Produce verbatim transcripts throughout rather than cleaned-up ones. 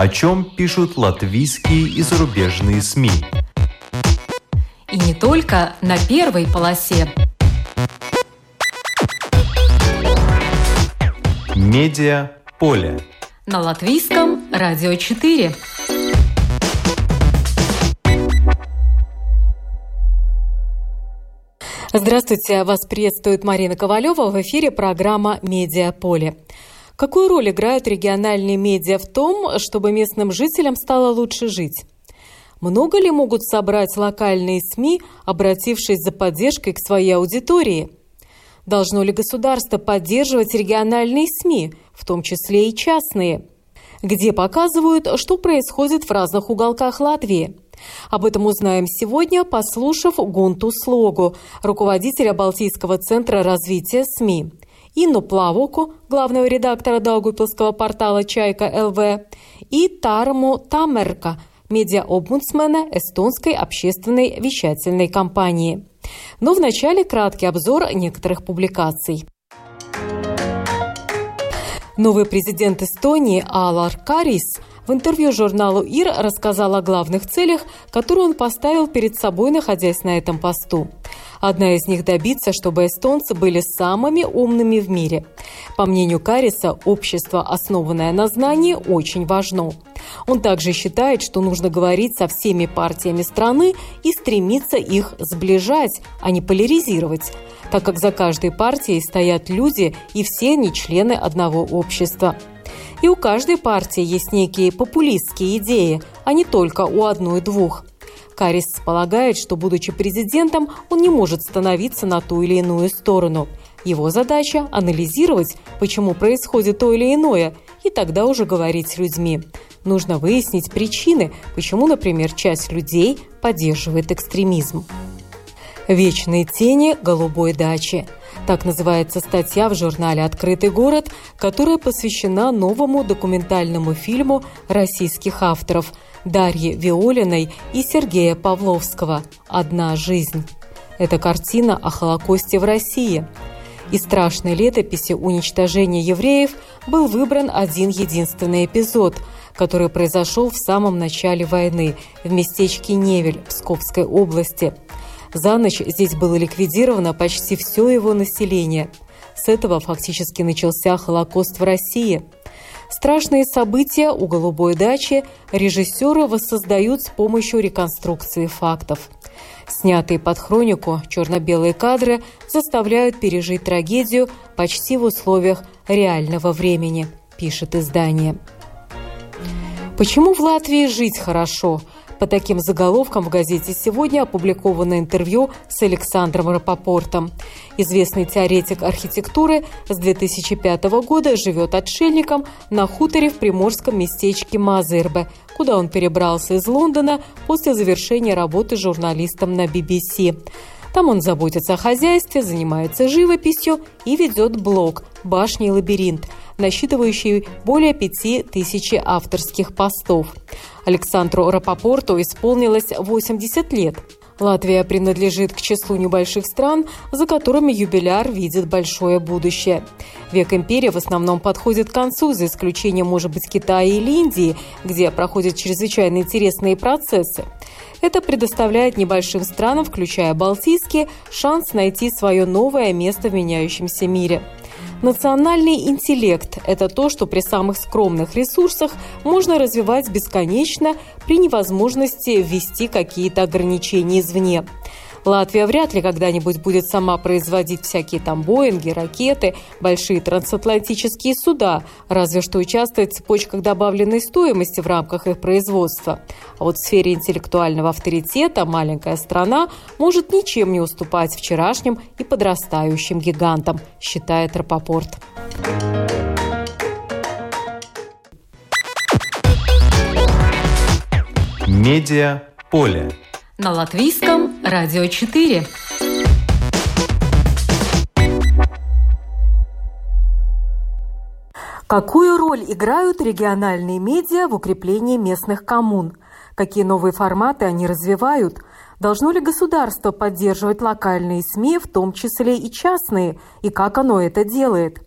о чем пишут латвийские и зарубежные СМИ. И не только на первой полосе. Медиаполе. На Латвийском радио четыре. Здравствуйте, вас приветствует Марина Ковалева. В эфире программа «Медиаполе». Какую роль играют региональные медиа в том, чтобы местным жителям стало лучше жить? Много ли могут собрать локальные СМИ, обратившись за поддержкой к своей аудитории? Должно ли государство поддерживать региональные СМИ, в том числе и частные? Где показывают, что происходит в разных уголках Латвии? Об этом узнаем сегодня, послушав Гунту Слогу, руководителя Балтийского центра развития СМИ, Инну Плавоку, главного редактора даугавпилского портала «Чайка ЛВ», и Тарму Тамерка, медиа-омбудсмена эстонской общественной вещательной компании. Но вначале краткий обзор некоторых публикаций. Новый президент Эстонии Алар Карис в интервью журналу ИР рассказал о главных целях, которые он поставил перед собой, находясь на этом посту. Одна из них – добиться, чтобы эстонцы были самыми умными в мире. По мнению Кариса, общество, основанное на знании, очень важно. Он также считает, что нужно говорить со всеми партиями страны и стремиться их сближать, а не поляризировать, так как за каждой партией стоят люди, и все они члены одного общества. И у каждой партии есть некие популистские идеи, а не только у одной-двух. Карис полагает, что, будучи президентом, он не может становиться на ту или иную сторону. Его задача – анализировать, почему происходит то или иное, и тогда уже говорить с людьми. Нужно выяснить причины, почему, например, часть людей поддерживает экстремизм. «Вечные тени голубой дачи». Так называется статья в журнале «Открытый город», которая посвящена новому документальному фильму российских авторов Дарьи Виолиной и Сергея Павловского «Одна жизнь». Это картина о Холокосте в России. Из страшной летописи уничтожения евреев был выбран один единственный эпизод, который произошел в самом начале войны в местечке Невель Псковской области. За ночь здесь было ликвидировано почти все его население. С этого фактически начался Холокост в России. Страшные события у «Голубой дачи» режиссеры воссоздают с помощью реконструкции фактов. Снятые под хронику черно-белые кадры заставляют пережить трагедию почти в условиях реального времени, пишет издание. Почему в Латвии жить хорошо? По таким заголовкам в газете «Сегодня» опубликовано интервью с Александром Рапопортом. Известный теоретик архитектуры с две тысячи пятого года живет отшельником на хуторе в приморском местечке Мазырбе, куда он перебрался из Лондона после завершения работы журналистом на би би си. Там он заботится о хозяйстве, занимается живописью и ведет блог «Башня и лабиринт», насчитывающий более пяти тысяч авторских постов. Александру Рапопорту исполнилось восемьдесят лет. Латвия принадлежит к числу небольших стран, за которыми юбиляр видит большое будущее. Век империи в основном подходит к концу, за исключением, может быть, Китая или Индии, где проходят чрезвычайно интересные процессы. Это предоставляет небольшим странам, включая Балтийские, шанс найти свое новое место в меняющемся мире. Национальный интеллект – это то, что при самых скромных ресурсах можно развивать бесконечно при невозможности ввести какие-то ограничения извне. Латвия вряд ли когда-нибудь будет сама производить всякие там Боинги, ракеты, большие трансатлантические суда, разве что участвовать в цепочках добавленной стоимости в рамках их производства. А вот в сфере интеллектуального авторитета маленькая страна может ничем не уступать вчерашним и подрастающим гигантам, считает Рапопорт. Медиаполе. На Латвийском радио четыре. Какую роль играют региональные медиа в укреплении местных коммун? Какие новые форматы они развивают? Должно ли государство поддерживать локальные СМИ, в том числе и частные, и как оно это делает?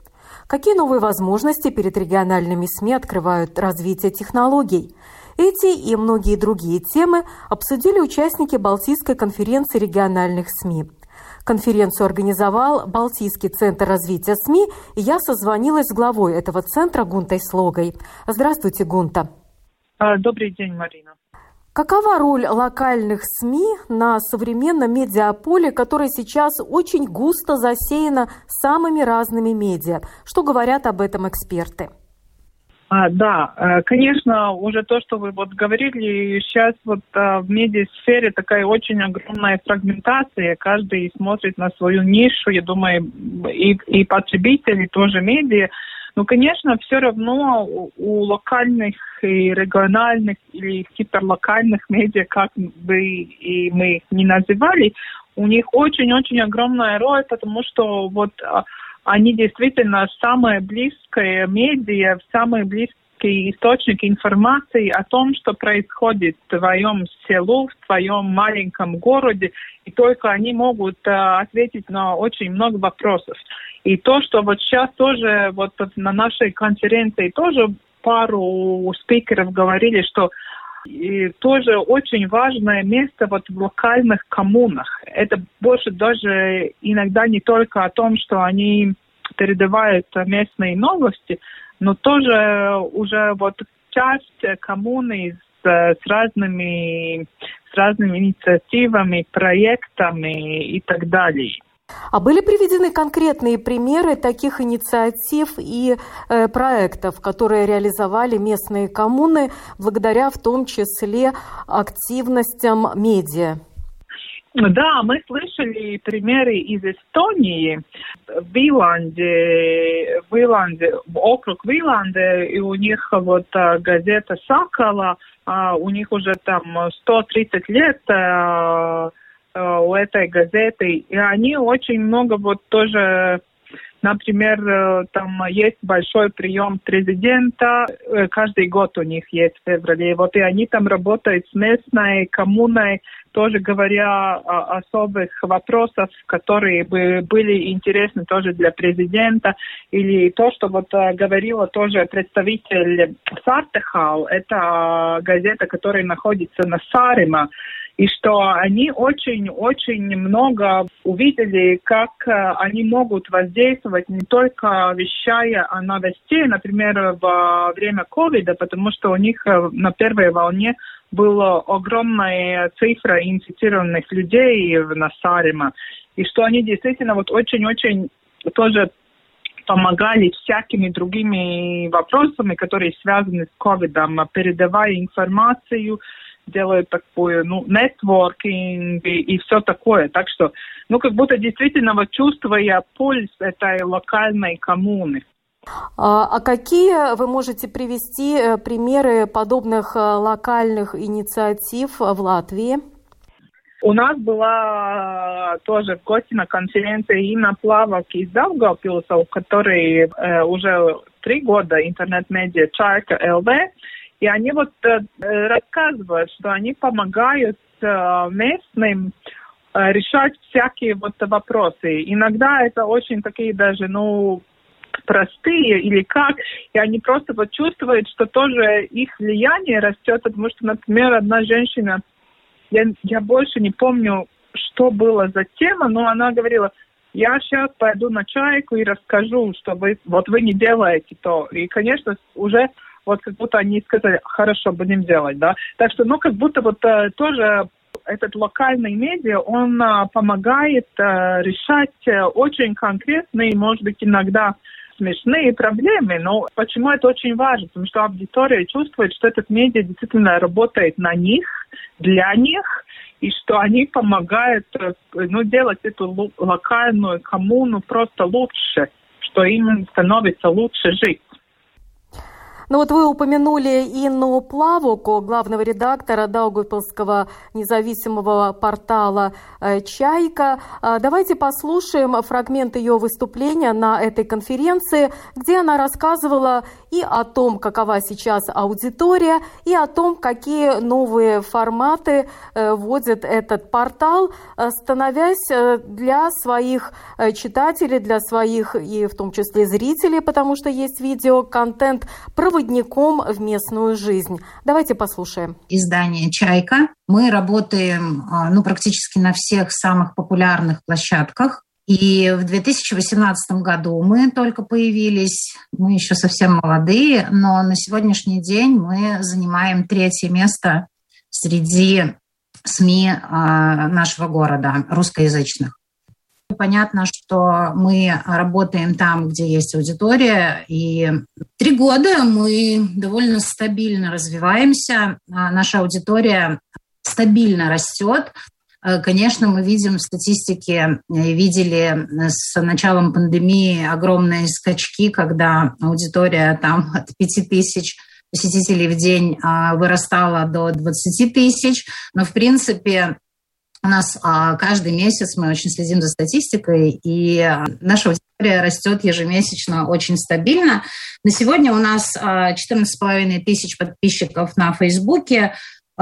Какие новые возможности перед региональными СМИ открывают развитие технологий? Эти и многие другие темы обсудили участники Балтийской конференции региональных СМИ. Конференцию организовал Балтийский центр развития СМИ, и я созвонилась с главой этого центра Гунтой Слогой. Здравствуйте, Гунта. Добрый день, Марина. Какова роль локальных СМИ на современном медиаполе, которое сейчас очень густо засеяно самыми разными медиа? Что говорят об этом эксперты? А, да, конечно, уже то, что вы вот говорили, сейчас вот а, в медиасфере такая очень огромная фрагментация, каждый смотрит на свою нишу, я думаю, и, и потребители тоже медиа. Но, конечно, все равно у, у локальных и региональных или гиперлокальных медиа, как бы и мы их не называли, у них очень-очень огромная роль, потому что вот они действительно самые близкие медиа, самые близкие источники информации о том, что происходит в твоем селу, в твоем маленьком городе, и только они могут а, ответить на очень много вопросов. И то, что вот сейчас тоже вот на нашей конференции тоже пару спикеров говорили, что и тоже очень важное место вот в локальных коммунах. Это больше даже иногда не только о том, что они передавают местные новости, но тоже уже вот часть коммуны с, с разными с разными инициативами, проектами и так далее. А были приведены конкретные примеры таких инициатив и э, проектов, которые реализовали местные коммуны благодаря в том числе активностям медиа? Да, мы слышали примеры из Эстонии. В Виланде, в Виланде, округ Виланде, и у них вот газета «Сакала», у них уже там сто тридцать лет у этой газеты, и они очень много вот тоже, например, там есть большой прием президента, каждый год у них есть в феврале, вот и они там работают с местной коммуной, тоже говоря о особых вопросах, которые бы были интересны тоже для президента, или то, что вот говорила тоже представитель Сартехал, это газета, которая находится на Саареmaa, и что они очень-очень много увидели, как они могут воздействовать, не только вещая о новостей, например, во время ковида, потому что у них на первой волне была огромная цифра инфицированных людей на Саареmaa, и что они действительно вот очень-очень тоже помогали всякими другими вопросами, которые связаны с ковидом, передавая информацию, делают такой, ну, нетворкинг и, и все такое. Так что, ну, как будто действительно вот чувствуя пульс этой локальной коммуны. А, а какие вы можете привести примеры подобных локальных инициатив в Латвии? У нас была тоже в гости на конференции Инна Плавок из Даугавпилса, у которой э, уже три года интернет-медиа Чайка эл ви, и они вот э, рассказывают, что они помогают э, местным э, решать всякие вот вопросы. Иногда это очень такие даже, ну, простые или как, и они просто вот чувствуют, что тоже их влияние растет, потому что, например, одна женщина, я, я больше не помню, что было за тема, но она говорила: я сейчас пойду на чайку и расскажу, что вы, вот вы не делаете то. И, конечно, уже вот как будто они сказали: хорошо, будем делать, да. Так что, ну, как будто вот а, тоже этот локальный медиа, он а, помогает а, решать а, очень конкретные, может быть, иногда смешные проблемы, но почему это очень важно? Потому что аудитория чувствует, что этот медиа действительно работает на них, для них, и что они помогают, ну, делать эту локальную коммуну просто лучше, что им становится лучше жить. Ну вот вы упомянули Инну Плавоку, главного редактора Даугавпилского независимого портала «Чайка». Давайте послушаем фрагмент ее выступления на этой конференции, где она рассказывала и о том, какова сейчас аудитория, и о том, какие новые форматы вводит этот портал, становясь для своих читателей, для своих и в том числе зрителей, потому что есть видеоконтент, проводником в местную жизнь. Давайте послушаем. Издание «Чайка». Мы работаем ну, практически на всех самых популярных площадках. И в две тысячи восемнадцатом году мы только появились, мы еще совсем молодые, но на сегодняшний день мы занимаем третье место среди СМИ нашего города, русскоязычных. Понятно, что мы работаем там, где есть аудитория, и три года мы довольно стабильно развиваемся, наша аудитория стабильно растет. Конечно, мы видим в статистике, видели с началом пандемии огромные скачки, когда аудитория там от пяти тысяч посетителей в день вырастала до двадцати тысяч. Но, в принципе, у нас каждый месяц мы очень следим за статистикой, и наша аудитория растет ежемесячно очень стабильно. На сегодня у нас четырнадцать с половиной тысяч подписчиков на Фейсбуке,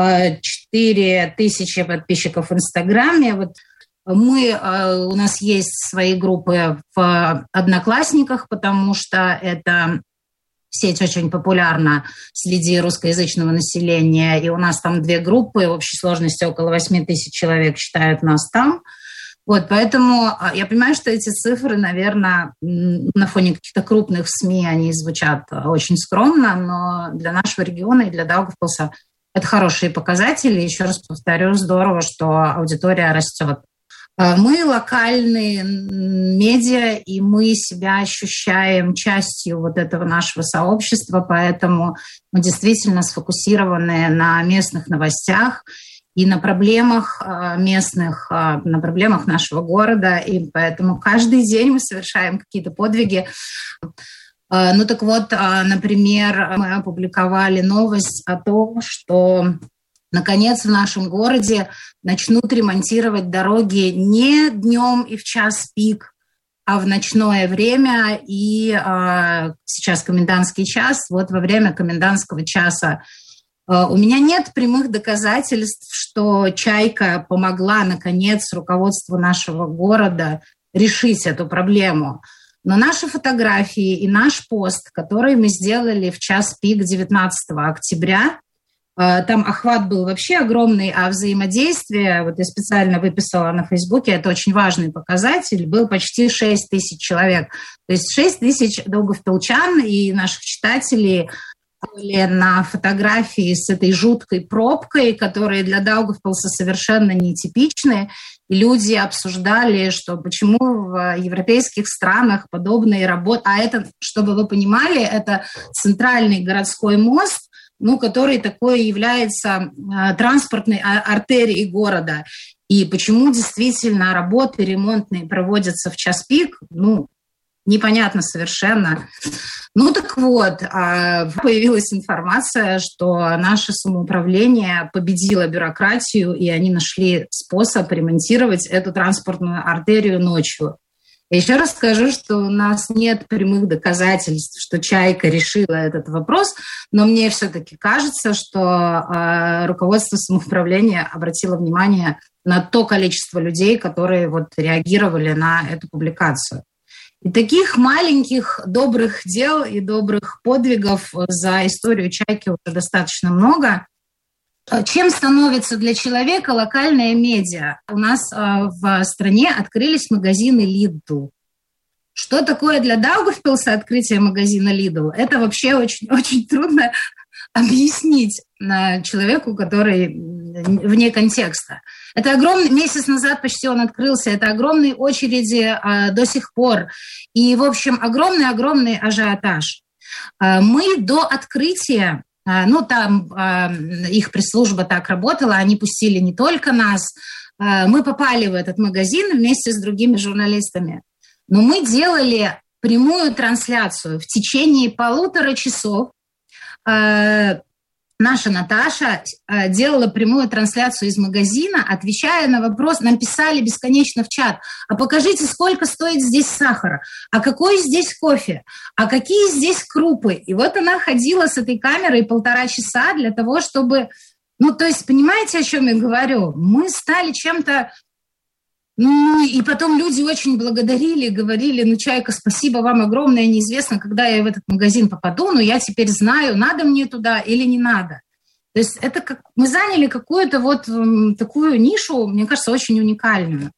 четыре тысячи подписчиков в Инстаграме. Вот мы, у нас есть свои группы в Одноклассниках, потому что это сеть очень популярна среди русскоязычного населения. И у нас там две группы, в общей сложности около восемь тысяч человек читают нас там. Вот, поэтому я понимаю, что эти цифры, наверное, на фоне каких-то крупных СМИ, они звучат очень скромно, но для нашего региона и для Даугавпилса это хорошие показатели. Еще раз повторю, здорово, что аудитория растет. Мы локальные медиа, и мы себя ощущаем частью вот этого нашего сообщества, поэтому мы действительно сфокусированы на местных новостях и на проблемах местных, на проблемах нашего города, и поэтому каждый день мы совершаем какие-то подвиги. Ну так вот, например, мы опубликовали новость о том, что наконец в нашем городе начнут ремонтировать дороги не днем и в час пик, а в ночное время и э, сейчас комендантский час. Вот во время комендантского часа э, у меня нет прямых доказательств, что «Чайка» помогла наконец руководству нашего города решить эту проблему. Но наши фотографии и наш пост, который мы сделали в час пик девятнадцатого октября, там охват был вообще огромный, а взаимодействие, вот я специально выписала на Фейсбуке, это очень важный показатель, был почти шесть тысяч человек. То есть шесть тысяч даугавпилчан и наших читателей были на фотографии с этой жуткой пробкой, которые для Даугавпилса совершенно нетипичны. И люди обсуждали, что почему в европейских странах подобные работы... А это, чтобы вы понимали, это центральный городской мост, ну, который такой является э, транспортной артерией города. И почему действительно работы ремонтные проводятся в час пик, ну, непонятно совершенно. Ну так вот, появилась информация, что наше самоуправление победило бюрократию, и они нашли способ ремонтировать эту транспортную артерию ночью. Я еще раз скажу, что у нас нет прямых доказательств, что «Чайка» решила этот вопрос, но мне все-таки кажется, что руководство самоуправления обратило внимание на то количество людей, которые вот реагировали на эту публикацию. И таких маленьких добрых дел и добрых подвигов за историю «Чайки» уже достаточно много. Чем становится для человека локальная медиа? У нас в стране открылись магазины Lidl. Что такое для Даугавпилса открытие магазина Lidl? Это вообще очень, очень трудно объяснить человеку, который вне контекста. Это огромный, месяц назад почти он открылся, это огромные очереди а, до сих пор. И, в общем, огромный-огромный ажиотаж. А, мы до открытия, а, ну, там а, их пресс-служба так работала, они пустили не только нас, а, мы попали в этот магазин вместе с другими журналистами. Но мы делали прямую трансляцию в течение полутора часов. А, наша Наташа делала прямую трансляцию из магазина, отвечая на вопрос, нам писали бесконечно в чат, а покажите, сколько стоит здесь сахара, а какой здесь кофе, а какие здесь крупы. И вот она ходила с этой камерой полтора часа для того, чтобы... Ну, то есть, понимаете, о чем я говорю? Мы стали чем-то... Ну, и потом люди очень благодарили, говорили, ну, Чайка, спасибо вам огромное, неизвестно, когда я в этот магазин попаду, но я теперь знаю, надо мне туда или не надо. То есть это как мы заняли какую-то вот такую нишу, мне кажется, очень уникальную.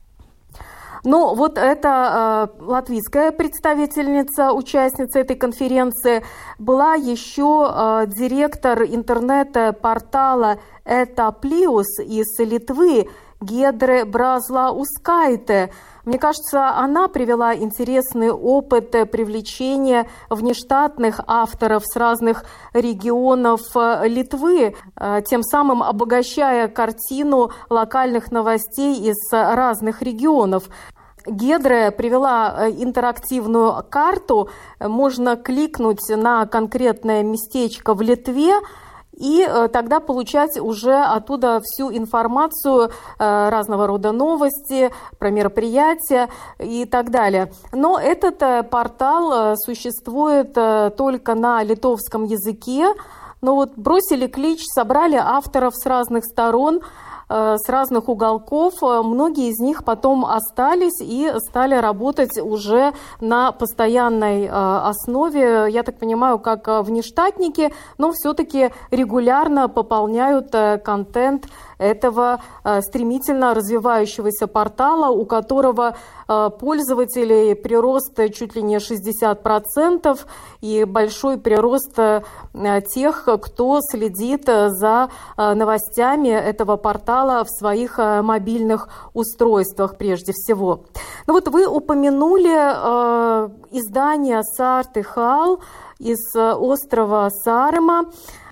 Ну, вот эта э, латвийская представительница, участница этой конференции, была еще э, директор интернет-портала «Это Плюс» из Литвы, Гедре Бразлаускайте. Мне кажется, она привела интересный опыт привлечения внештатных авторов с разных регионов Литвы, тем самым обогащая картину локальных новостей из разных регионов. Гедре привела интерактивную карту. Можно кликнуть на конкретное местечко в Литве, и тогда получать уже оттуда всю информацию, разного рода новости про мероприятия и так далее. Но этот портал существует только на литовском языке. Но вот бросили клич, собрали авторов с разных сторон, с разных уголков. Многие из них потом остались и стали работать уже на постоянной основе, я так понимаю, как внештатники, но все-таки регулярно пополняют контент этого стремительно развивающегося портала, у которого пользователей прирост чуть ли не шестьдесят процентов и большой прирост тех, кто следит за новостями этого портала в своих мобильных устройствах прежде всего. Ну вот вы упомянули э, издание «Саарти Хал» из острова Саарема.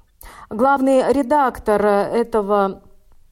Главный редактор этого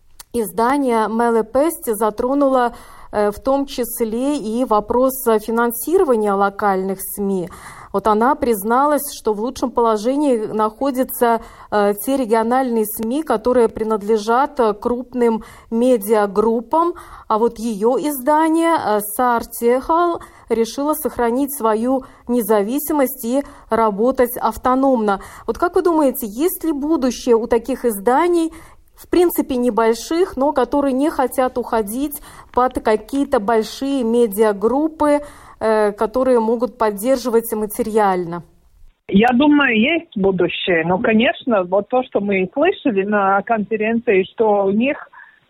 издания Меле Пести затронула э, в том числе и вопрос финансирования локальных СМИ. Вот она призналась, что в лучшем положении находятся э, те региональные СМИ, которые принадлежат крупным медиагруппам, а вот ее издание э, «Саарти Хал» решило сохранить свою независимость и работать автономно. Вот как вы думаете, есть ли будущее у таких изданий, в принципе небольших, но которые не хотят уходить под какие-то большие медиагруппы, которые могут поддерживать материально? Я думаю, есть будущее. Но, конечно, вот то, что мы слышали на конференции, что у них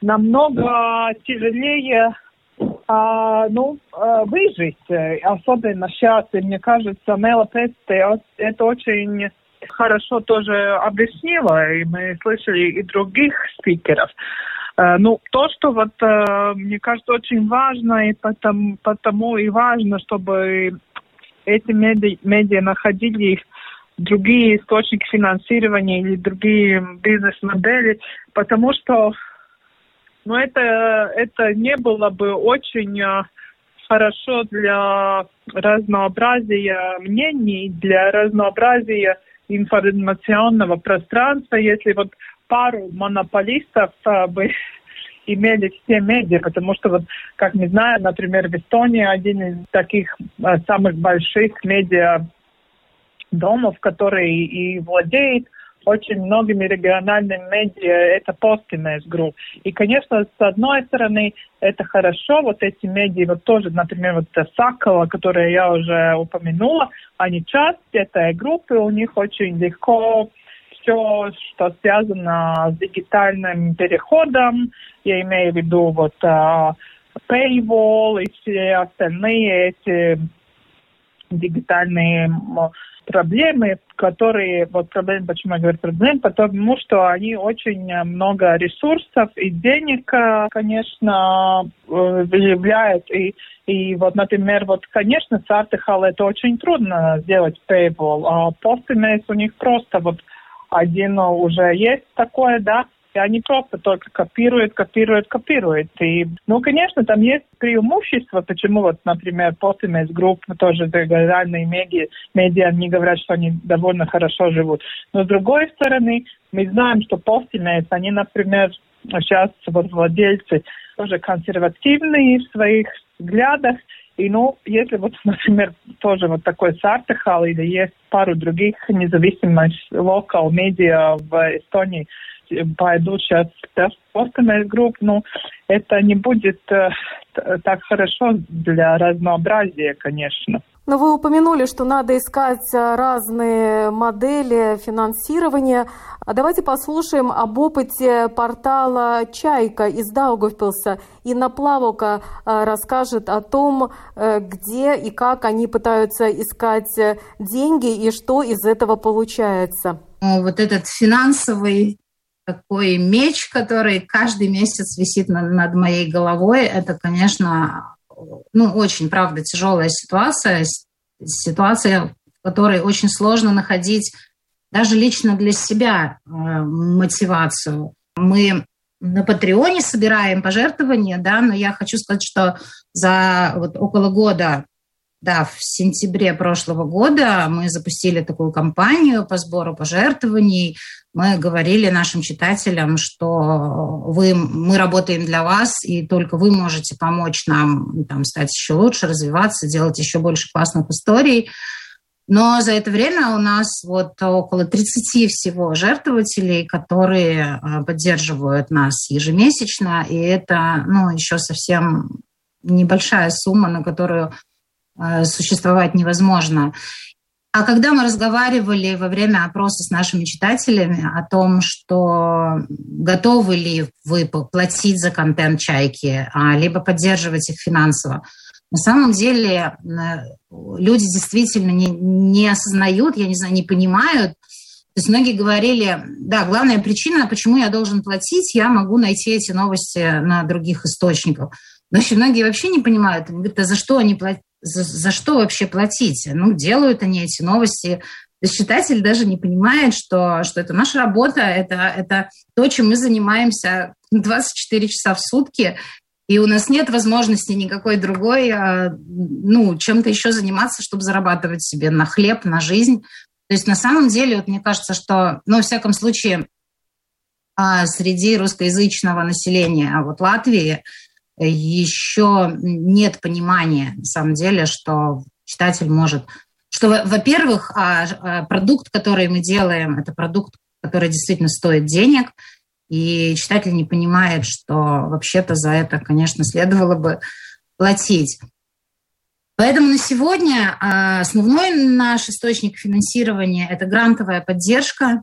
намного тяжелее а, ну, выжить. Особенно сейчас, и мне кажется, Мела Пести это очень хорошо тоже объяснила, и мы слышали и других спикеров. Ну, то, что вот, мне кажется, очень важно, и потому, потому и важно, чтобы эти медиа, медиа находили другие источники финансирования или другие бизнес-модели, потому что, ну, это, это не было бы очень хорошо для разнообразия мнений, для разнообразия информационного пространства, если вот пару монополистов а, бы имели все медиа, потому что, вот, как мы знаем, например, в Эстонии один из таких а, самых больших медиа домов, который и владеет очень многими региональными медиа, это Postimees Group. И, конечно, с одной стороны, это хорошо, вот эти медиа, вот тоже, например, вот Сакала, которую я уже упомянула, они часть этой группы, у них очень легко все, что связано с дигитальным переходом, я имею в виду вот uh, Paywall и все остальные эти дигитальные проблемы, которые, вот проблемы, почему я говорю проблемы, потому что они очень много ресурсов и денег, конечно, выявляют. И, и вот, например, вот, конечно, Саарти Хал это очень трудно сделать Paywall, а Postimees у них просто вот один уже есть такое, да, и они просто только копируют, копируют, копируют. И, ну, конечно, там есть преимущества, почему вот, например, Postimates Group, тоже региональные медиа, медиа, они говорят, что они довольно хорошо живут. Но с другой стороны, мы знаем, что Postimates, они, например, сейчас вот владельцы тоже консервативные в своих взглядах. И, ну, если вот, например, тоже вот такой Сартехал или есть пару других независимых локал медиа в Эстонии, пойдут сейчас в Postimates Group, ну, это не будет э, так хорошо для разнообразия, конечно. Но вы упомянули, что надо искать разные модели финансирования. А давайте послушаем об опыте портала «Чайка» из Даугавпилса. Инна Плавока расскажет о том, где и как они пытаются искать деньги и что из этого получается. Вот этот финансовый такой меч, который каждый месяц висит над, над моей головой, это, конечно, ну, очень, правда, тяжелая ситуация, ситуация, в которой очень сложно находить даже лично для себя э, мотивацию. Мы на Патреоне собираем пожертвования, да, но я хочу сказать, что за вот около года, да, в сентябре прошлого года мы запустили такую кампанию по сбору пожертвований. Мы говорили нашим читателям, что вы, мы работаем для вас, и только вы можете помочь нам там, стать еще лучше, развиваться, делать еще больше классных историй. Но за это время у нас вот около тридцати всего жертвователей, которые поддерживают нас ежемесячно, и это, ну, еще совсем небольшая сумма, на которую существовать невозможно. А когда мы разговаривали во время опроса с нашими читателями о том, что готовы ли вы платить за контент «Чайки», либо поддерживать их финансово, на самом деле люди действительно не, не осознают, я не знаю, не понимают. То есть многие говорили, да, главная причина, почему я должен платить, я могу найти эти новости на других источниках. Но очень многие вообще не понимают, говорят, а за что они платят? За, за что вообще платить? Ну, делают они эти новости. То есть читатель даже не понимает, что, что это наша работа, это, это то, чем мы занимаемся двадцать четыре часа в сутки, и у нас нет возможности никакой другой, ну, чем-то еще заниматься, чтобы зарабатывать себе на хлеб, на жизнь. То есть на самом деле, вот мне кажется, что, ну, во всяком случае, среди русскоязычного населения вот Латвии еще нет понимания, на самом деле, что читатель может... Что, во-первых, продукт, который мы делаем, это продукт, который действительно стоит денег, и читатель не понимает, что вообще-то за это, конечно, следовало бы платить. Поэтому на сегодня основной наш источник финансирования – это грантовая поддержка.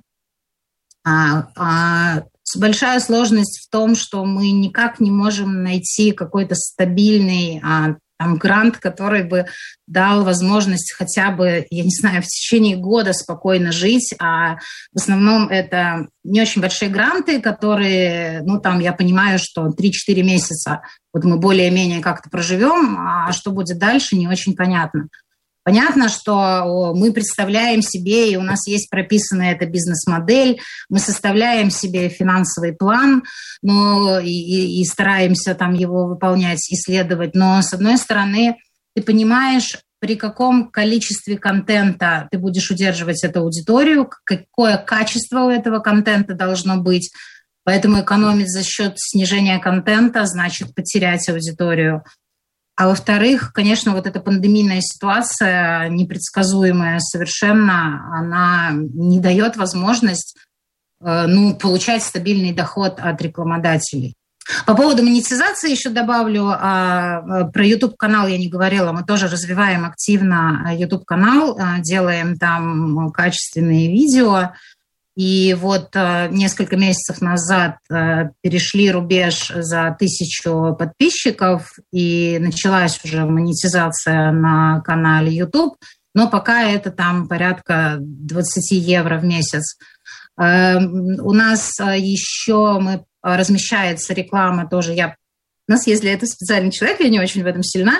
Большая сложность в том, что мы никак не можем найти какой-то стабильный а, там, грант, который бы дал возможность хотя бы, я не знаю, в течение года спокойно жить. А в основном это не очень большие гранты, которые, ну там я понимаю, что три-четыре месяца вот мы более-менее как-то проживем, а что будет дальше, не очень понятно. Понятно, что мы представляем себе, и у нас есть прописанная эта бизнес-модель, мы составляем себе финансовый план, но и, и стараемся там его выполнять, исследовать. Но, с одной стороны, ты понимаешь, при каком количестве контента ты будешь удерживать эту аудиторию, какое качество у этого контента должно быть. Поэтому экономить за счет снижения контента значит потерять аудиторию. А во-вторых, конечно, вот эта пандемийная ситуация, непредсказуемая совершенно, она не дает возможность ну, получать стабильный доход от рекламодателей. По поводу монетизации еще добавлю, про YouTube-канал я не говорила, мы тоже развиваем активно YouTube-канал, делаем там качественные видео. И вот э, несколько месяцев назад э, перешли рубеж за тысячу подписчиков, и началась уже монетизация на канале YouTube, но пока это там порядка двадцать евро в месяц. Э, у нас еще мы, размещается реклама тоже. Я, у нас есть для этого специальный человек, я не очень в этом сильна.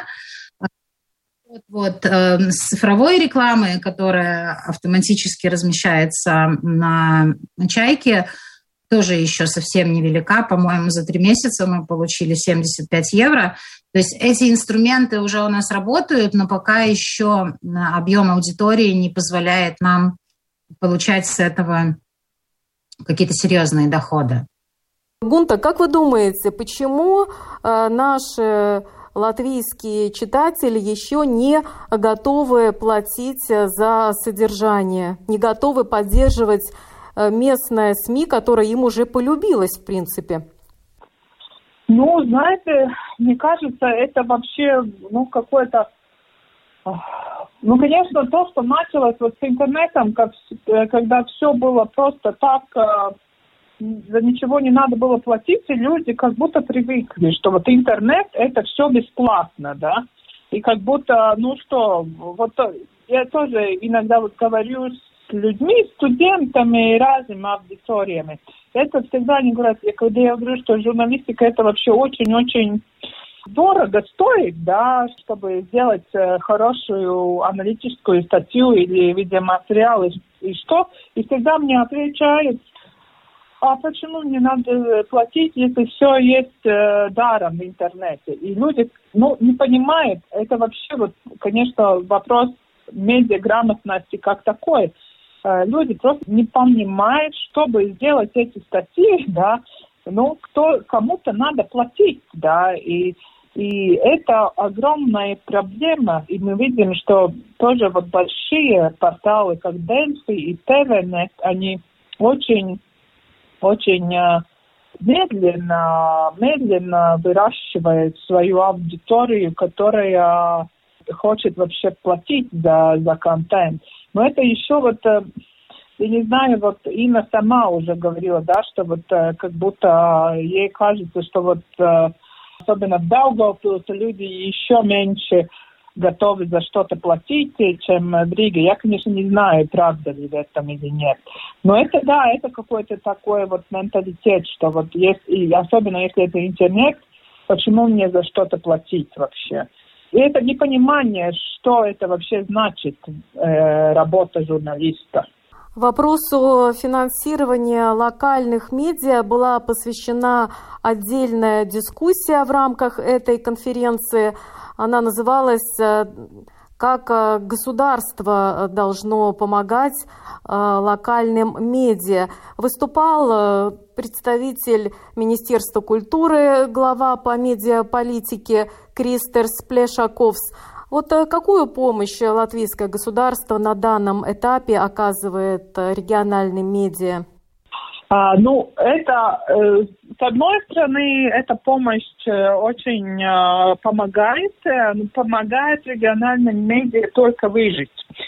Вот, э, с цифровой рекламы, которая автоматически размещается на «Чайке», тоже еще совсем невелика. По-моему, за три месяца мы получили семьдесят пять евро. То есть эти инструменты уже у нас работают, но пока еще объем аудитории не позволяет нам получать с этого какие-то серьезные доходы. Гунта, как вы думаете, почему э, наши латвийские читатели еще не готовы платить за содержание, не готовы поддерживать местная СМИ, которая им уже полюбилась, в принципе? Ну, знаете, мне кажется, это вообще, ну, какое-то... Ну, конечно, то, что началось вот с интернетом, как, когда все было просто так, за ничего не надо было платить, и люди как будто привыкли, что вот интернет – это все бесплатно, да, и как будто, ну что, вот я тоже иногда вот говорю с людьми, студентами и разными аудиториями. Это всегда они говорят, когда я говорю, что журналистика это вообще очень-очень дорого стоит, да, чтобы сделать э, хорошую аналитическую статью или видеоматериал, и, и что, и всегда мне отвечают, а почему не надо платить, если все есть э, даром в интернете? И люди, ну, не понимают, это вообще, вот, конечно, вопрос медиаграмотности как такой. Люди просто не понимают, чтобы сделать эти статьи, да, ну, кто, кому-то надо платить, да, и, и это огромная проблема, и мы видим, что тоже вот большие порталы, как Delfi и тэ вэ нет, они очень, очень медленно, медленно выращивают свою аудиторию, которая хочет вообще платить за, за контент. Но это еще вот, я не знаю, вот Инна сама уже говорила, да, что вот как будто ей кажется, что вот особенно в Даугавпилсе люди еще меньше готовы за что-то платить, чем в Риге. Я, конечно, не знаю, правда ли в этом или нет. Но это, да, это какой-то такой вот менталитет, что вот есть, и особенно если это интернет, почему мне за что-то платить вообще? И это непонимание, что это вообще значит, э, работа журналиста. Вопросу финансирования локальных медиа была посвящена отдельная дискуссия в рамках этой конференции. Она называлась «Как государство должно помогать локальным медиа». Выступал представитель Министерства культуры, глава по медиаполитике Кристерс Плешаковс. Вот какую помощь латвийское государство на данном этапе оказывает региональным медиа? А, ну, это, э, с одной стороны, эта помощь очень э, помогает, э, помогает региональным медиа только выжить.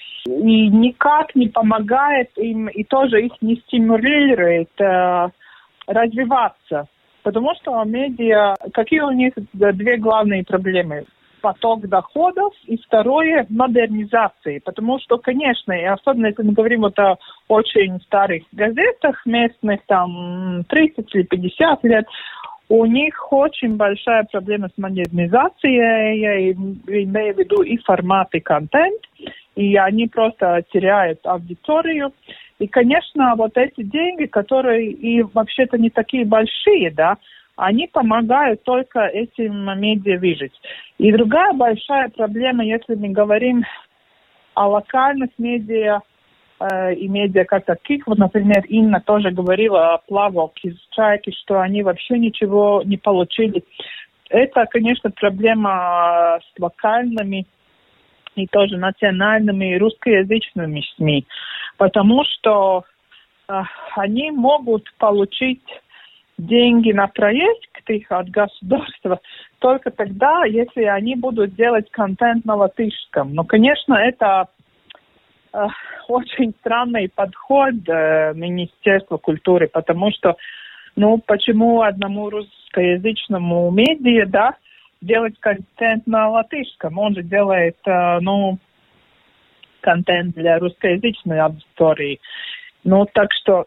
И никак не помогает им, и тоже их не стимулирует э, развиваться. Потому что медиа, какие у них две главные проблемы? Поток доходов и второе – модернизации. Потому что, конечно, и особенно если мы говорим вот о очень старых газетах местных, там тридцать или пятьдесят лет, у них очень большая проблема с модернизацией, я имею в виду и формат, и контент, и они просто теряют аудиторию. И, конечно, вот эти деньги, которые и вообще-то не такие большие, да, они помогают только этим медиа выжить. И другая большая проблема, если мы говорим о локальных медиа э, и медиа как таких, вот, например, Инна тоже говорила о Плавок из Чайки, что они вообще ничего не получили. Это, конечно, проблема с локальными и тоже национальными и русскоязычными СМИ, потому что э, они могут получить деньги на проекты от государства только тогда, если они будут делать контент на латышском. Но, конечно, это э, очень странный подход э, Министерства культуры, потому что, ну, почему одному русскоязычному медиа, да, делать контент на латышском? Он же делает, э, ну, контент для русскоязычной аудитории. Ну, так что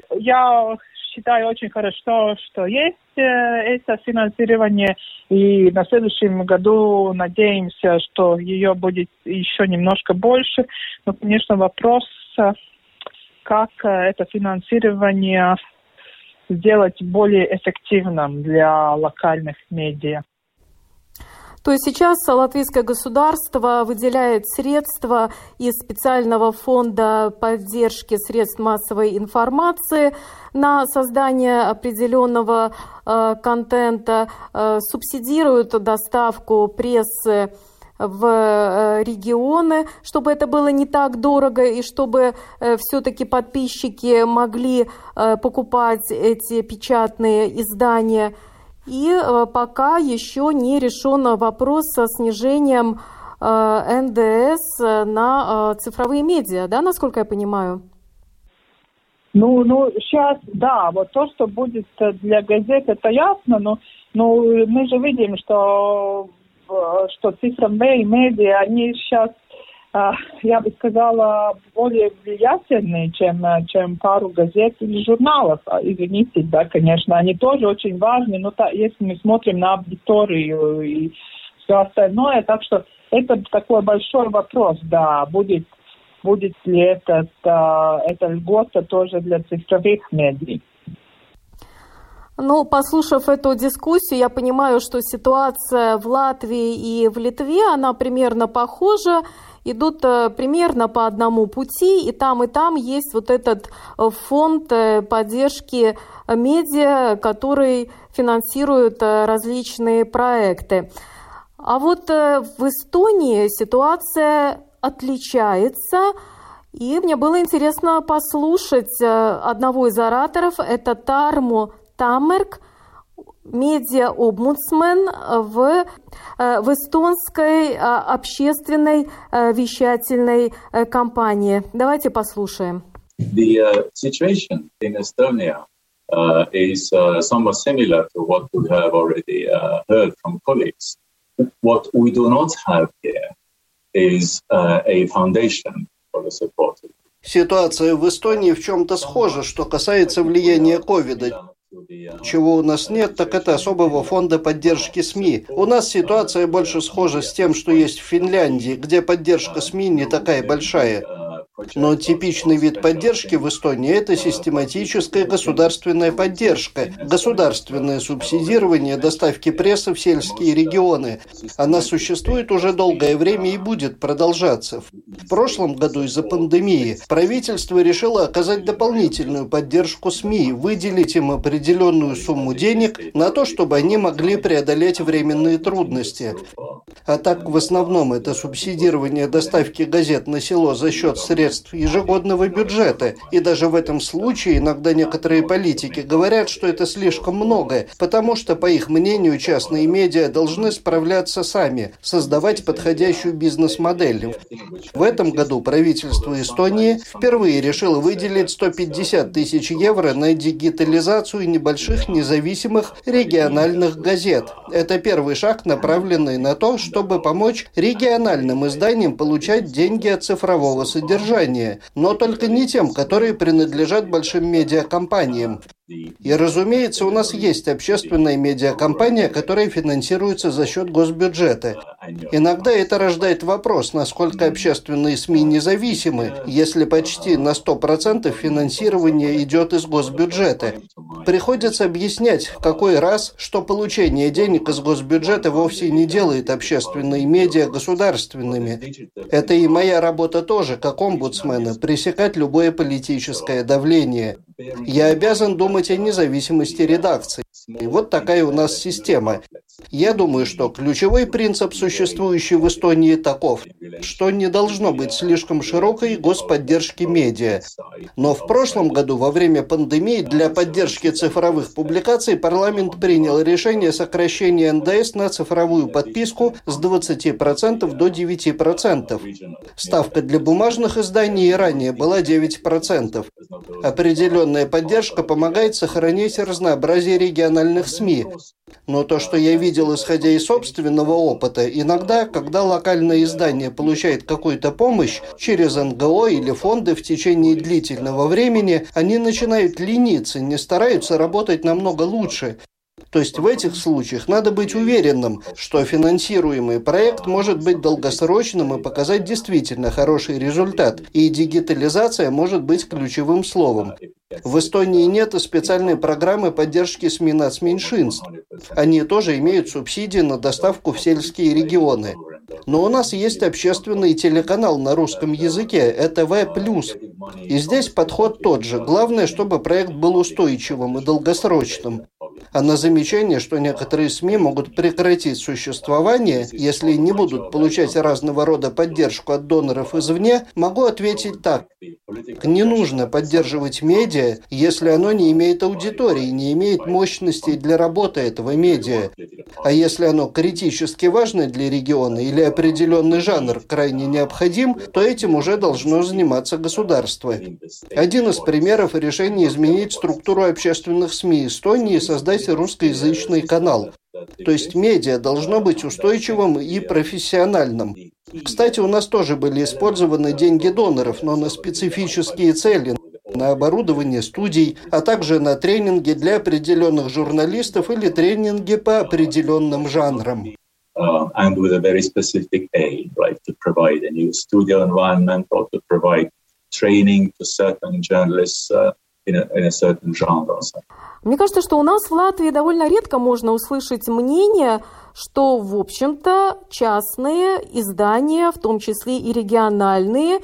я считаю очень хорошо, что есть э, это финансирование, и на следующем году надеемся, что ее будет еще немножко больше. Но, конечно, вопрос, как это финансирование сделать более эффективным для локальных медиа. То есть сейчас латвийское государство выделяет средства из специального фонда поддержки средств массовой информации на создание определенного э, контента, э, субсидирует доставку прессы в регионы, чтобы это было не так дорого и чтобы э, все-таки подписчики могли э, покупать эти печатные издания. И э, пока еще не решен вопрос со снижением э, эн дэ эс на э, цифровые медиа, да, насколько я понимаю? Ну, ну, сейчас, да, вот то, что будет для газет, это ясно, но, но мы же видим, что, что цифровые медиа, они сейчас, я бы сказала, более влиятельные, чем, чем пару газет или журналов. Извините, да, конечно, они тоже очень важны, но та, если мы смотрим на аудиторию и все остальное, так что это такой большой вопрос, да, будет, будет ли этот, эта льгота тоже для цифровых медиа. Ну, послушав эту дискуссию, я понимаю, что ситуация в Латвии и в Литве, она примерно похожа, идут примерно по одному пути, и там, и там есть вот этот фонд поддержки медиа, который финансирует различные проекты. А вот в Эстонии ситуация отличается, и мне было интересно послушать одного из ораторов, это Тармо Таммерк, медиа-омбудсмен в, в эстонской общественной вещательной компании. Давайте послушаем. The uh, situation in Estonia uh, is uh, somewhat similar to what we have already uh, heard from colleagues. What we do not have here is uh, a foundation for the support. Ситуация в Эстонии в чем-то схожа, что касается влияния ковида. Чего у нас нет, так это особого фонда поддержки СМИ. У нас ситуация больше схожа с тем, что есть в Финляндии, где поддержка СМИ не такая большая. Но типичный вид поддержки в Эстонии – это систематическая государственная поддержка, государственное субсидирование доставки прессы в сельские регионы. Она существует уже долгое время и будет продолжаться. В прошлом году из-за пандемии правительство решило оказать дополнительную поддержку СМИ, выделить им определенную сумму денег на то, чтобы они могли преодолеть временные трудности. А так в основном это субсидирование доставки газет на село за счет средств ежегодного бюджета. И даже в этом случае иногда некоторые политики говорят, что это слишком много, потому что, по их мнению, частные медиа должны справляться сами, создавать подходящую бизнес-модель. В этом году правительство Эстонии впервые решило выделить сто пятьдесят тысяч евро на дигитализацию небольших независимых региональных газет. Это первый шаг, направленный на то, чтобы помочь региональным изданиям получать деньги от цифрового содержания, но только не тем, которые принадлежат большим медиакомпаниям. И, разумеется, у нас есть общественная медиакомпания, которая финансируется за счет госбюджета. Иногда это рождает вопрос, насколько общественные СМИ независимы, если почти на сто процентов финансирование идет из госбюджета. Приходится объяснять в какой раз, что получение денег из госбюджета вовсе не делает общественные медиа государственными. Это и моя работа тоже, как омбудсмена, пресекать любое политическое давление. Я обязан думать о независимости редакции. И вот такая у нас система. Я думаю, что ключевой принцип, существующий в Эстонии, таков, что не должно быть слишком широкой господдержки медиа. Но в прошлом году, во время пандемии, для поддержки цифровых публикаций парламент принял решение сокращения эн дэ эс на цифровую подписку с двадцати процентов до девяти процентов. Ставка для бумажных изданий ранее была девять процентов. Определенная поддержка помогает сохранить разнообразие региональных СМИ. Но то, что я видел, исходя из собственного опыта, иногда, когда локальное издание получает какую-то помощь через эн гэ о или фонды в течение длительного времени, они начинают лениться, не стараются работать намного лучше. То есть в этих случаях надо быть уверенным, что финансируемый проект может быть долгосрочным и показать действительно хороший результат, и дигитализация может быть ключевым словом. В Эстонии нет и специальной программы поддержки СМИ нацменьшинств. Они тоже имеют субсидии на доставку в сельские регионы. Но у нас есть общественный телеканал на русском языке, э тэ вэ плюс. И здесь подход тот же. Главное, чтобы проект был устойчивым и долгосрочным. А на замечание, что некоторые СМИ могут прекратить существование, если не будут получать разного рода поддержку от доноров извне, могу ответить так. Не нужно поддерживать медиа, если оно не имеет аудитории, не имеет мощностей для работы этого медиа. А если оно критически важно для региона или определенный жанр крайне необходим, то этим уже должно заниматься государство. Один из примеров решения изменить структуру общественных СМИ Эстонии и создать русскоязычный канал. То есть медиа должно быть устойчивым и профессиональным. Кстати, у нас тоже были использованы деньги доноров, но на специфические цели, на оборудование студий, а также на тренинги для определенных журналистов или тренинги по определенным жанрам. Uh, and with a very specific aim, right, to provide a new studio environment or to provide training to certain journalists uh, in, a, in a certain genre. Мне кажется, что у нас в Латвии довольно редко можно услышать мнение, что, в общем-то, частные издания, в том числе и региональные,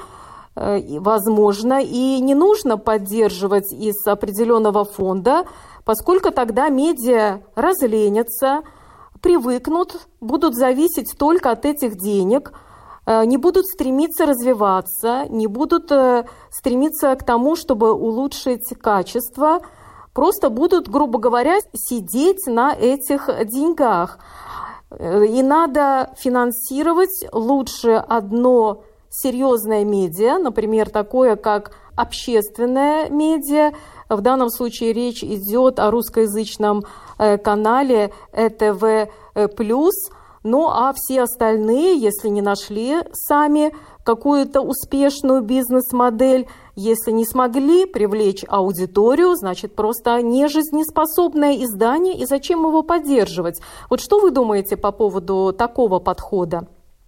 возможно, и не нужно поддерживать из определенного фонда, поскольку тогда медиа разленятся, привыкнут, будут зависеть только от этих денег, не будут стремиться развиваться, не будут стремиться к тому, чтобы улучшить качество, просто будут, грубо говоря, сидеть на этих деньгах. И надо финансировать лучше одно серьезное медиа, например, такое как общественное медиа. В данном случае речь идет о русскоязычном канале э тэ вэ плюс. Ну а все остальные, если не нашли сами какую-то успешную бизнес-модель, если не смогли привлечь аудиторию, значит, просто нежизнеспособное издание, и зачем его поддерживать? Вот что вы думаете по поводу такого подхода?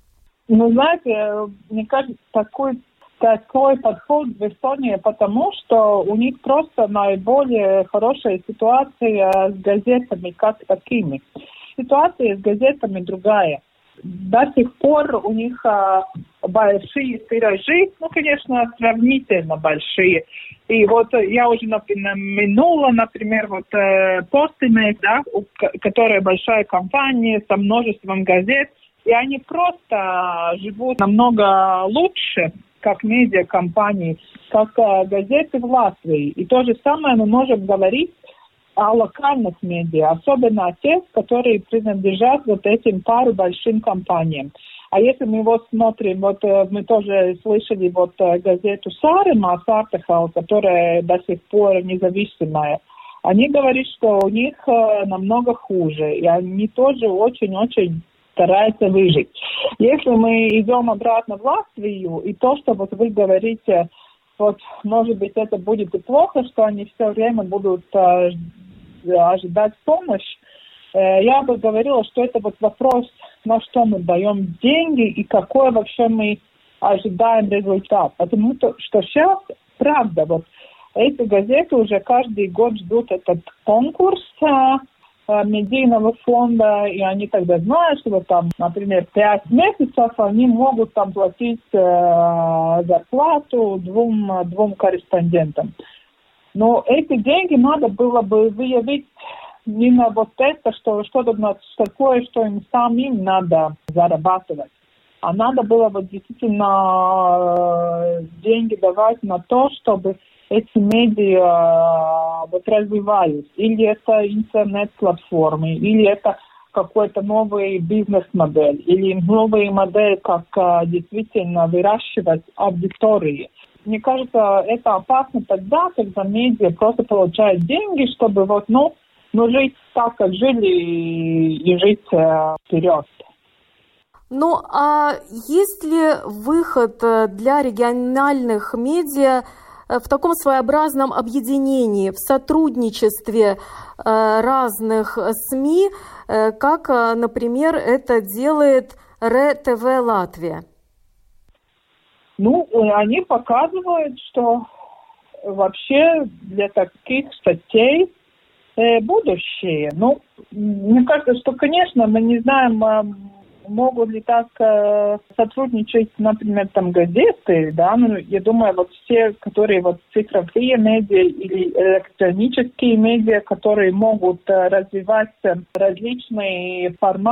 Ну, знаете, мне кажется, такой, такой подход в Эстонии, потому что у них просто наиболее хорошая ситуация с газетами как такими. Ситуация с газетами другая. До сих пор у них а, большие тиражи, ну, конечно, сравнительно большие. И вот я уже напомянула, например, вот э, Постимейк, да, которая большая компания со множеством газет, и они просто живут намного лучше, как медиакомпании, как э, газеты в Латвии. И то же самое мы можем говорить о локальных медиа, особенно о тех, которые принадлежат вот этим пару большим компаниям. А если мы вот смотрим, вот мы тоже слышали вот газету Саарема, Сартехал, которая до сих пор независимая, они говорят, что у них намного хуже, и они тоже очень-очень стараются выжить. Если мы идем обратно в Латвию, и то, что вот вы говорите, вот, может быть, это будет и плохо, что они все время будут э, ожидать помощь. Э, я бы говорила, что это вот вопрос, на что мы даем деньги и какой вообще мы ожидаем результат. Потому что сейчас, правда, вот эти газеты уже каждый год ждут этот конкурс э, медийного фонда, и они тогда знают, что вот там, например, пять месяцев они могут там платить э, зарплату двум, двум корреспондентам. Но эти деньги надо было бы выявить не на вот это, что что-то такое, что им самим надо зарабатывать. А надо было бы действительно деньги давать на то, чтобы эти медиа вот развивались. Или это интернет-платформы, или это какой-то новый бизнес-модель, или новая модель, как действительно выращивать аудитории. Мне кажется, это опасно тогда, когда медиа просто получают деньги, чтобы вот, ну, ну жить так, как жили, и, и жить э, вперед. Ну, а есть ли выход для региональных медиа в таком своеобразном объединении, в сотрудничестве разных СМИ, как, например, это делает РЕ-ТВ Латвия? Ну, они показывают, что вообще для таких статей э, будущее. Ну, мне кажется, что, конечно, мы не знаем, э, могут ли так э, сотрудничать, например, там газеты, да, ну, я думаю, вот все, которые вот цифровые медиа или электронические медиа, которые могут э, развивать различные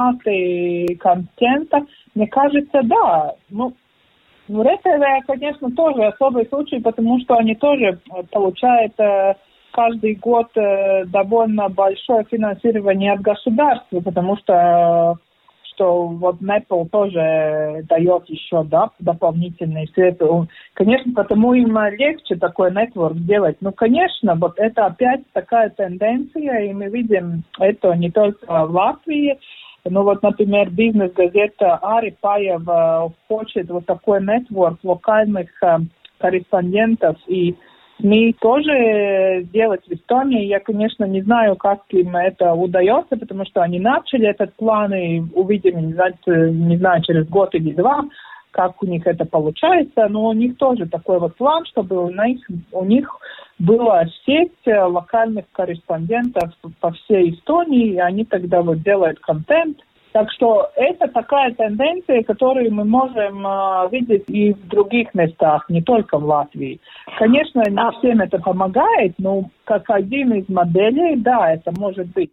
форматы контента, мне кажется, да, ну, Ну, РЕ-ТВ, конечно, тоже особый случай, потому что они тоже получают э, каждый год э, довольно большое финансирование от государства, потому что, э, что вот Apple тоже дает еще, да, дополнительные средства. Конечно, потому им легче такой нетворк делать. Ну, конечно, вот это опять такая тенденция, и мы видим это не только в Латвии. Ну вот, например, бизнес-газета Ари Паева хочет вот такой нетворк локальных э, корреспондентов и СМИ тоже делать в Эстонии. Я, конечно, не знаю, как им это удается, потому что они начали этот план и увидим, не знаю, не знаю, через год или два, как у них это получается. Но у них тоже такой вот план, чтобы у них, у них была сеть локальных корреспондентов по всей Эстонии, и они тогда вот делают контент. Так что это такая тенденция, которую мы можем э, видеть и в других местах, не только в Латвии. Конечно, не всем это помогает, но как один из моделей, да, это может быть.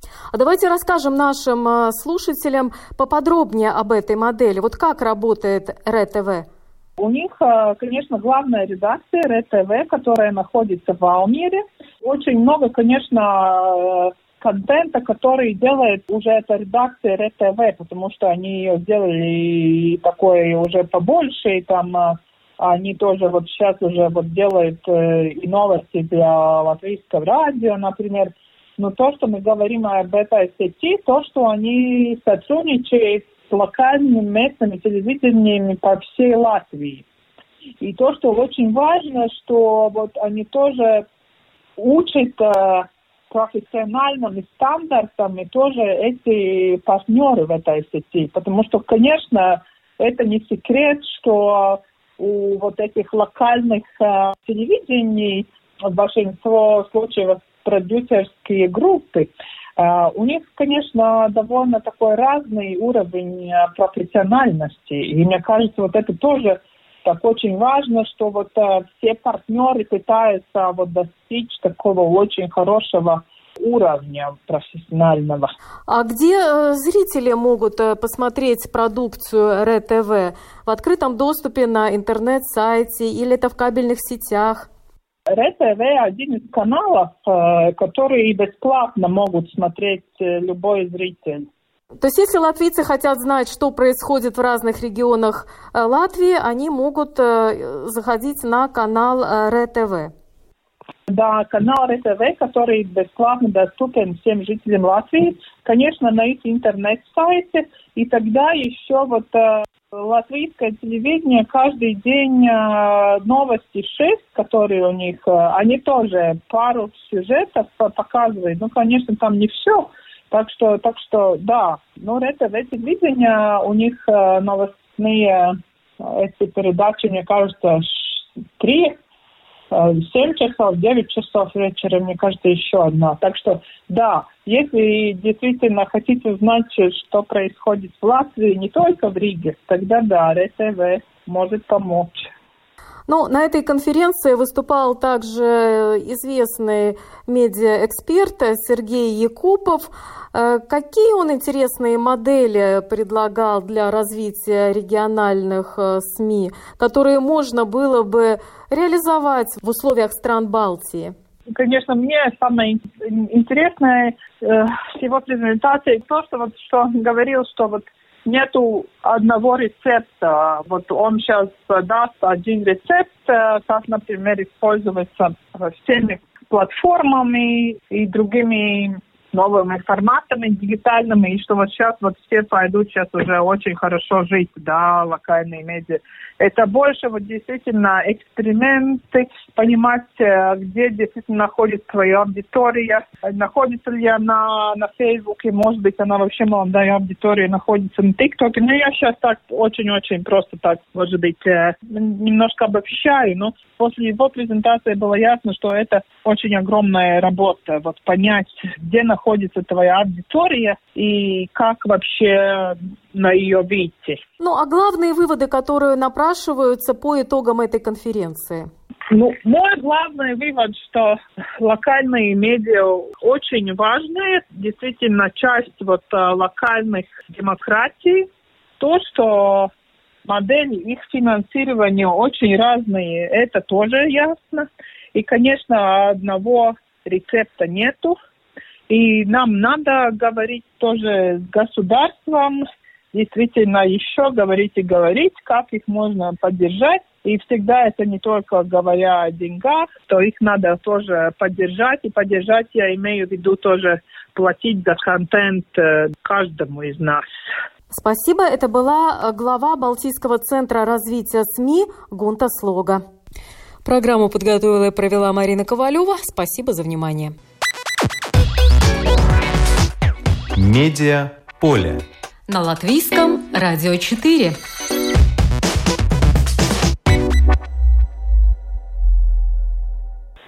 А давайте расскажем нашим э, слушателям поподробнее об этой модели. Вот как работает РЕ-ТВ? У них, конечно, главная редакция РЕ-ТВ, которая находится в Алмере. Очень много, конечно, контента, который делает уже эта редакция РЕ-ТВ, потому что они ее сделали такой уже побольше, и там они тоже вот сейчас уже вот делают и новости для латвийского радио, например. Но то, что мы говорим об этой сети, то, что они сотрудничают с локальными местными телевидениями по всей Латвии. И то, что очень важно, что вот они тоже учат э, профессиональным стандартам и тоже эти партнеры в этой сети. Потому что, конечно, это не секрет, что у вот этих локальных э, телевидений в большинстве случаев продюсерские группы. Uh, у них, конечно, довольно такой разный уровень uh, профессиональности. И мне кажется, вот это тоже так очень важно, что вот uh, все партнеры пытаются вот достичь такого очень хорошего уровня профессионального. А где uh, зрители могут uh, посмотреть продукцию РЕ-ТВ? В открытом доступе на интернет-сайте или это в кабельных сетях? РЕ-ТВ один из каналов, которые бесплатно могут смотреть любой зритель. То есть если латвийцы хотят знать, что происходит в разных регионах Латвии, они могут заходить на канал РЕ-ТВ? Да, канал РЕ-ТВ, который бесплатно доступен всем жителям Латвии, конечно, на их интернет-сайте. И тогда еще вот латвийское телевидение каждый день э, новости шесть, которые у них, э, они тоже пару сюжетов показывают. Ну, конечно, там не все. Так что, так что, да. Но это, РЕ-ТВ телевидение, у них э, новостные э, эти передачи, мне кажется, три, семь часов, девять часов вечера, мне кажется, еще одна. Так что, да, если действительно хотите знать, что происходит в Латвии, не только в Риге, тогда да, РЕ-ТВ может помочь. Ну, на этой конференции выступал также известный медиаэксперт Сергей Якупов. Какие он интересные модели предлагал для развития региональных СМИ, которые можно было бы реализовать в условиях стран Балтии? Конечно, мне самое интересное э, в его презентации то, что, вот, что он говорил, что вот нету одного рецепта. Вот он сейчас даст один рецепт, как, например, использоваться всеми платформами и другими новыми форматами дигитальными, и что вот сейчас вот все пойдут сейчас уже очень хорошо жить, да, локальные медиа. Это больше вот действительно эксперименты, понимать, где действительно находится твоя аудитория, находится ли она на Фейсбуке, может быть, она вообще молодая аудитория находится на ТикТоке. Ну, я сейчас так очень-очень просто так, может быть, немножко обобщаю, но после его презентации было ясно, что это очень огромная работа, вот понять, где находится твоя аудитория и как вообще на ее выйти. Ну, а главные выводы, которые напрашиваются по итогам этой конференции? Ну, мой главный вывод, что локальные медиа очень важные, действительно часть вот локальных демократий. То, что модели их финансирования очень разные, это тоже ясно. И, конечно, одного рецепта нету. И нам надо говорить тоже с государством, действительно еще говорить и говорить, как их можно поддержать. И всегда это не только говоря о деньгах, то их надо тоже поддержать. И поддержать я имею в виду тоже платить за контент каждому из нас. Спасибо. Это была глава Балтийского центра развития СМИ Гунта Слога. Программу подготовила и провела Марина Ковалева. Спасибо за внимание. Медиа поле. На Латвийском радио четыре.